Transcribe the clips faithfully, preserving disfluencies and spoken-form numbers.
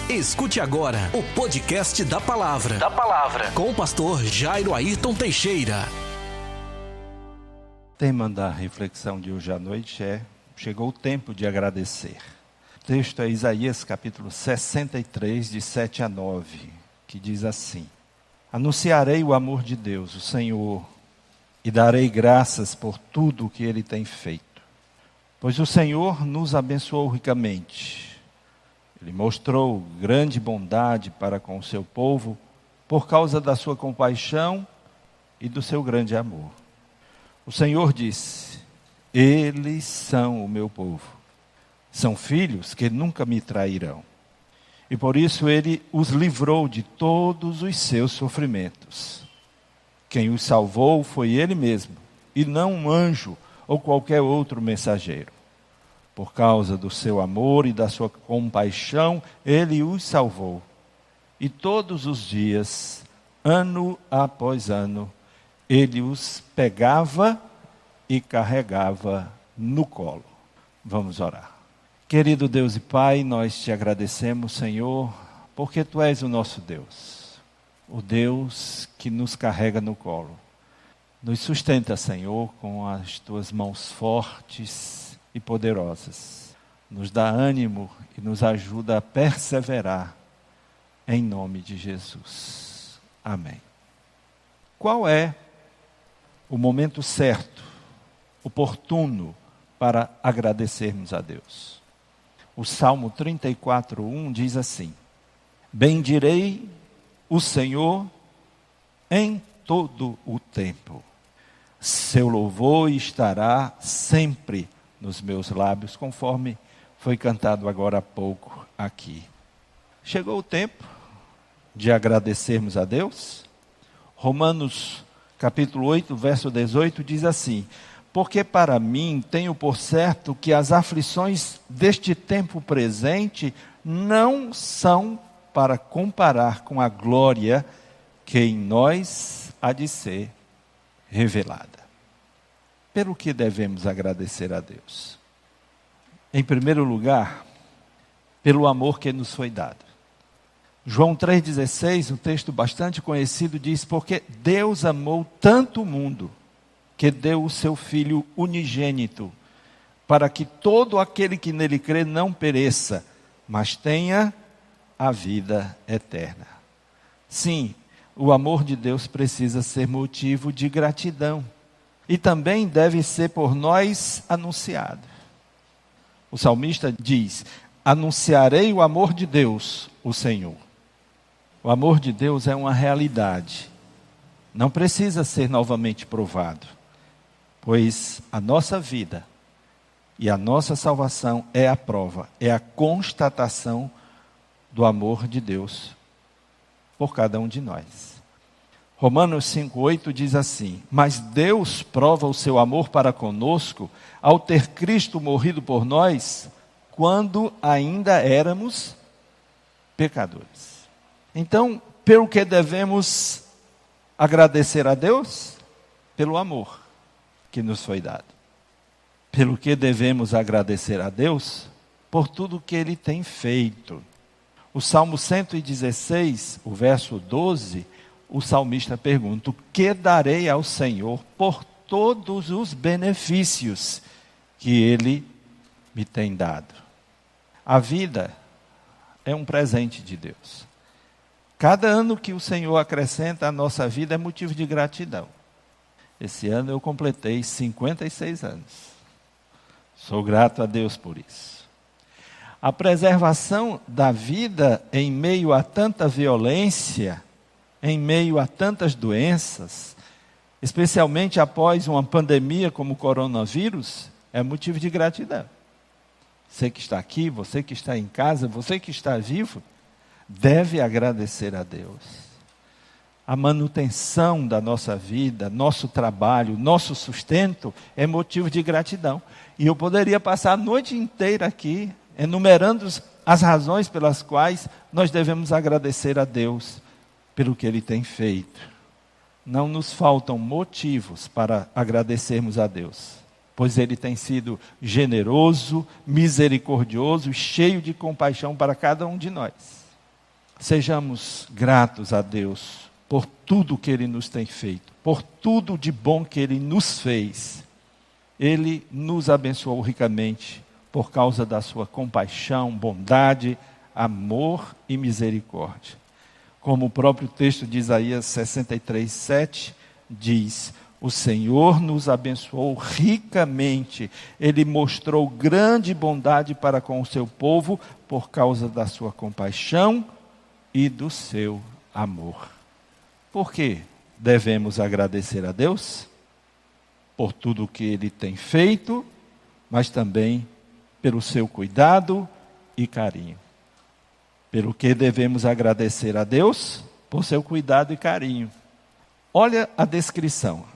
Escute agora o podcast da Palavra. Da Palavra. Com o pastor Jairo Ayrton Teixeira. O tema da reflexão de hoje à noite é: chegou o tempo de agradecer. O texto é Isaías capítulo sessenta e três, de sete a nove, que diz assim: Anunciarei o amor de Deus, o Senhor, e darei graças por tudo o que Ele tem feito. Pois o Senhor nos abençoou ricamente. Ele mostrou grande bondade para com o seu povo, por causa da sua compaixão e do seu grande amor. O Senhor disse: eles são o meu povo, são filhos que nunca me trairão. E por isso Ele os livrou de todos os seus sofrimentos. Quem os salvou foi Ele mesmo, e não um anjo ou qualquer outro mensageiro. Por causa do seu amor e da sua compaixão, Ele os salvou. E todos os dias, ano após ano, Ele os pegava e carregava no colo. Vamos orar. Querido Deus e Pai, nós te agradecemos, Senhor, porque Tu és o nosso Deus. O Deus que nos carrega no colo. Nos sustenta, Senhor, com as Tuas mãos fortes e poderosas. Nos dá ânimo e nos ajuda a perseverar, em nome de Jesus. Amém. Qual é o momento certo, oportuno, para agradecermos a Deus? O Salmo trinta e quatro, um diz assim: bendirei o Senhor em todo o tempo. Seu louvor estará sempre nos meus lábios, conforme foi cantado agora há pouco aqui. Chegou o tempo de agradecermos a Deus? Romanos capítulo oito, verso dezoito diz assim: porque para mim tenho por certo que as aflições deste tempo presente não são para comparar com a glória que em nós há de ser revelada. Pelo que devemos agradecer a Deus? Em primeiro lugar, pelo amor que nos foi dado. João três dezesseis, um texto bastante conhecido, diz: porque Deus amou tanto o mundo, que deu o seu Filho unigênito, para que todo aquele que nele crê não pereça, mas tenha a vida eterna. Sim, o amor de Deus precisa ser motivo de gratidão. E também deve ser por nós anunciado. O salmista diz: anunciarei o amor de Deus, o Senhor. O amor de Deus é uma realidade. Não precisa ser novamente provado. Pois a nossa vida e a nossa salvação é a prova, é a constatação do amor de Deus por cada um de nós. Romanos cinco, oito diz assim: mas Deus prova o seu amor para conosco, ao ter Cristo morrido por nós, quando ainda éramos pecadores. Então, pelo que devemos agradecer a Deus? Pelo amor que nos foi dado. Pelo que devemos agradecer a Deus? Por tudo que Ele tem feito. O Salmo cento e dezesseis, o verso doze, o salmista pergunta: o que darei ao Senhor por todos os benefícios que Ele me tem dado? A vida é um presente de Deus. Cada ano que o Senhor acrescenta à nossa vida é motivo de gratidão. Esse ano eu completei cinquenta e seis anos. Sou grato a Deus por isso. A preservação da vida em meio a tanta violência, em meio a tantas doenças, especialmente após uma pandemia como o coronavírus, é motivo de gratidão. Você que está aqui, você que está em casa, você que está vivo, deve agradecer a Deus. A manutenção da nossa vida, nosso trabalho, nosso sustento é motivo de gratidão. E eu poderia passar a noite inteira aqui enumerando as razões pelas quais nós devemos agradecer a Deus pelo que Ele tem feito. Não nos faltam motivos para agradecermos a Deus, pois Ele tem sido generoso, misericordioso, cheio de compaixão para cada um de nós. Sejamos gratos a Deus por tudo que Ele nos tem feito, por tudo de bom que Ele nos fez. Ele nos abençoou ricamente por causa da sua compaixão, bondade, amor e misericórdia. Como o próprio texto de Isaías sessenta e três, sete diz: o Senhor nos abençoou ricamente, Ele mostrou grande bondade para com o seu povo por causa da sua compaixão e do seu amor. Por que devemos agradecer a Deus? Por tudo que Ele tem feito, mas também pelo seu cuidado e carinho. Pelo que devemos agradecer a Deus? Por seu cuidado e carinho. Olha a descrição.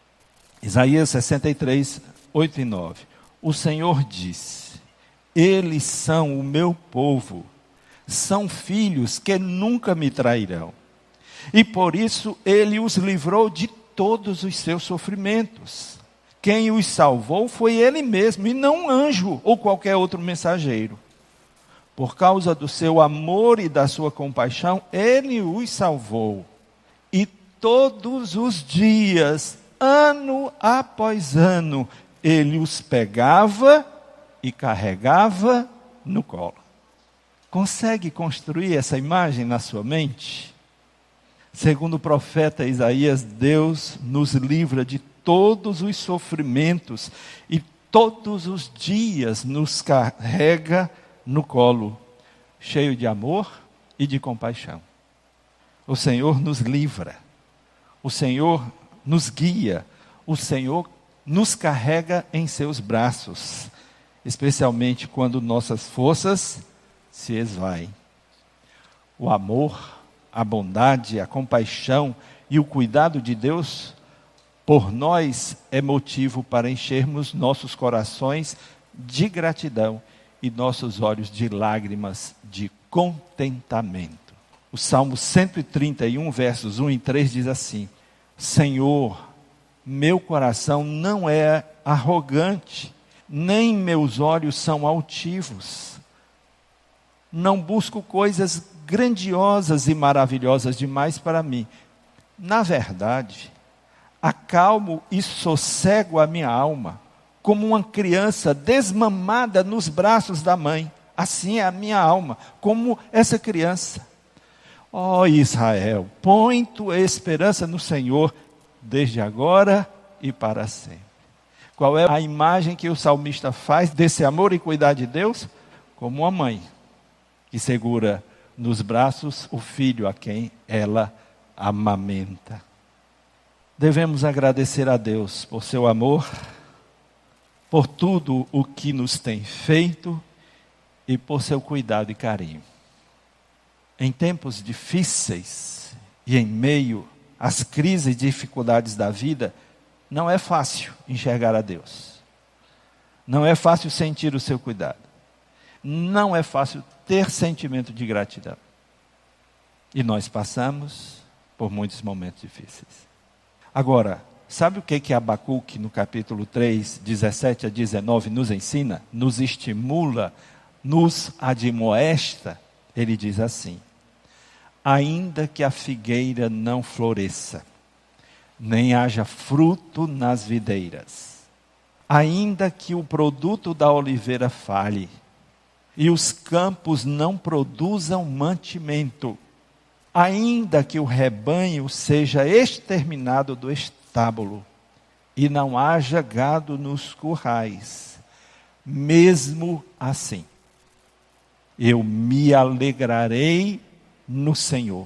Isaías sessenta e três, oito e nove. O Senhor disse: eles são o meu povo, são filhos que nunca me trairão. E por isso Ele os livrou de todos os seus sofrimentos. Quem os salvou foi Ele mesmo, e não um anjo ou qualquer outro mensageiro. Por causa do seu amor e da sua compaixão, Ele os salvou. E todos os dias, ano após ano, Ele os pegava e carregava no colo. Consegue construir essa imagem na sua mente? Segundo o profeta Isaías, Deus nos livra de todos os sofrimentos e todos os dias nos carrega no colo, cheio de amor e de compaixão. O Senhor nos livra, o Senhor nos guia, o Senhor nos carrega em seus braços, especialmente quando nossas forças se esvaem. O amor, a bondade, a compaixão e o cuidado de Deus por nós é motivo para enchermos nossos corações de gratidão e nossos olhos de lágrimas de contentamento. O Salmo cento e trinta e um, versos um e três diz assim: Senhor, meu coração não é arrogante, nem meus olhos são altivos. Não busco coisas grandiosas e maravilhosas demais para mim. Na verdade, acalmo e sossego a minha alma, como uma criança desmamada nos braços da mãe. Assim é a minha alma, como essa criança. Ó Israel, põe tua esperança no Senhor, desde agora e para sempre. Qual é a imagem que o salmista faz desse amor e cuidado de Deus? Como uma mãe que segura nos braços o filho a quem ela amamenta. Devemos agradecer a Deus por seu amor, por tudo o que nos tem feito e por seu cuidado e carinho. Em tempos difíceis e em meio às crises e dificuldades da vida, não é fácil enxergar a Deus. Não é fácil sentir o seu cuidado. Não é fácil ter sentimento de gratidão. E nós passamos por muitos momentos difíceis. Agora, sabe o que que Abacuque, no capítulo três, dezessete a dezenove, nos ensina? Nos estimula, nos admoesta. Ele diz assim: ainda que a figueira não floresça, nem haja fruto nas videiras, ainda que o produto da oliveira falhe, e os campos não produzam mantimento, ainda que o rebanho seja exterminado do estábulo, e não haja gado nos currais, mesmo assim, eu me alegrarei no Senhor,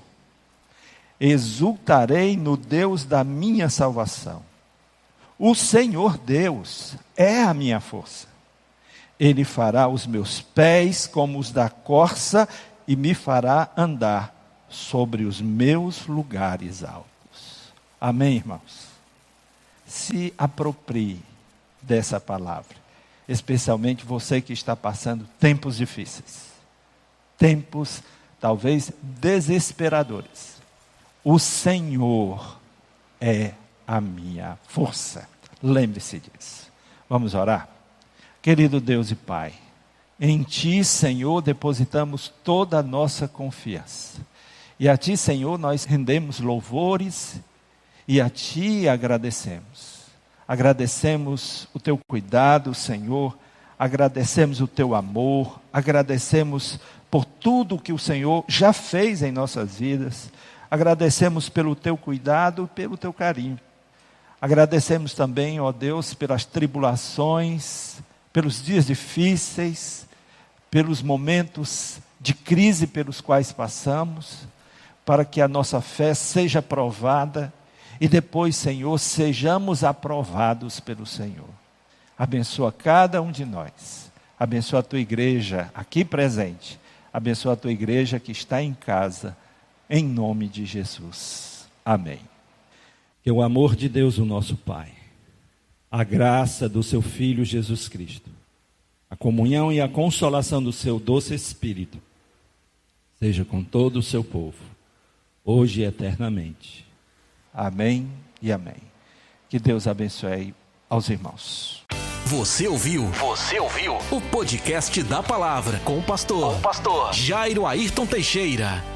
exultarei no Deus da minha salvação. O Senhor Deus é a minha força. Ele fará os meus pés como os da corça e me fará andar sobre os meus lugares altos. Amém, irmãos? Se aproprie dessa palavra, especialmente você que está passando tempos difíceis, tempos talvez desesperadores. O Senhor é a minha força. Lembre-se disso. Vamos orar? Querido Deus e Pai, Em Ti, Senhor, depositamos toda a nossa confiança. E a Ti, Senhor, nós rendemos louvores e a Ti agradecemos. Agradecemos o Teu cuidado, Senhor. Agradecemos o Teu amor. Agradecemos por tudo que o Senhor já fez em nossas vidas. Agradecemos pelo Teu cuidado e pelo Teu carinho. Agradecemos também, ó Deus, pelas tribulações, pelos dias difíceis, pelos momentos de crise pelos quais passamos, para que a nossa fé seja provada e depois, Senhor, sejamos aprovados pelo Senhor. Abençoa cada um de nós. Abençoa a Tua igreja aqui presente. Abençoa a Tua igreja que está em casa, em nome de Jesus. Amém. Que o amor de Deus, o nosso Pai, a graça do Seu Filho Jesus Cristo, a comunhão e a consolação do Seu doce Espírito, seja com todo o Seu povo, hoje e eternamente. Amém e amém. Que Deus abençoe aos irmãos. Você ouviu? Você ouviu? O podcast da Palavra com o pastor, com o pastor Jairo Ayrton Teixeira.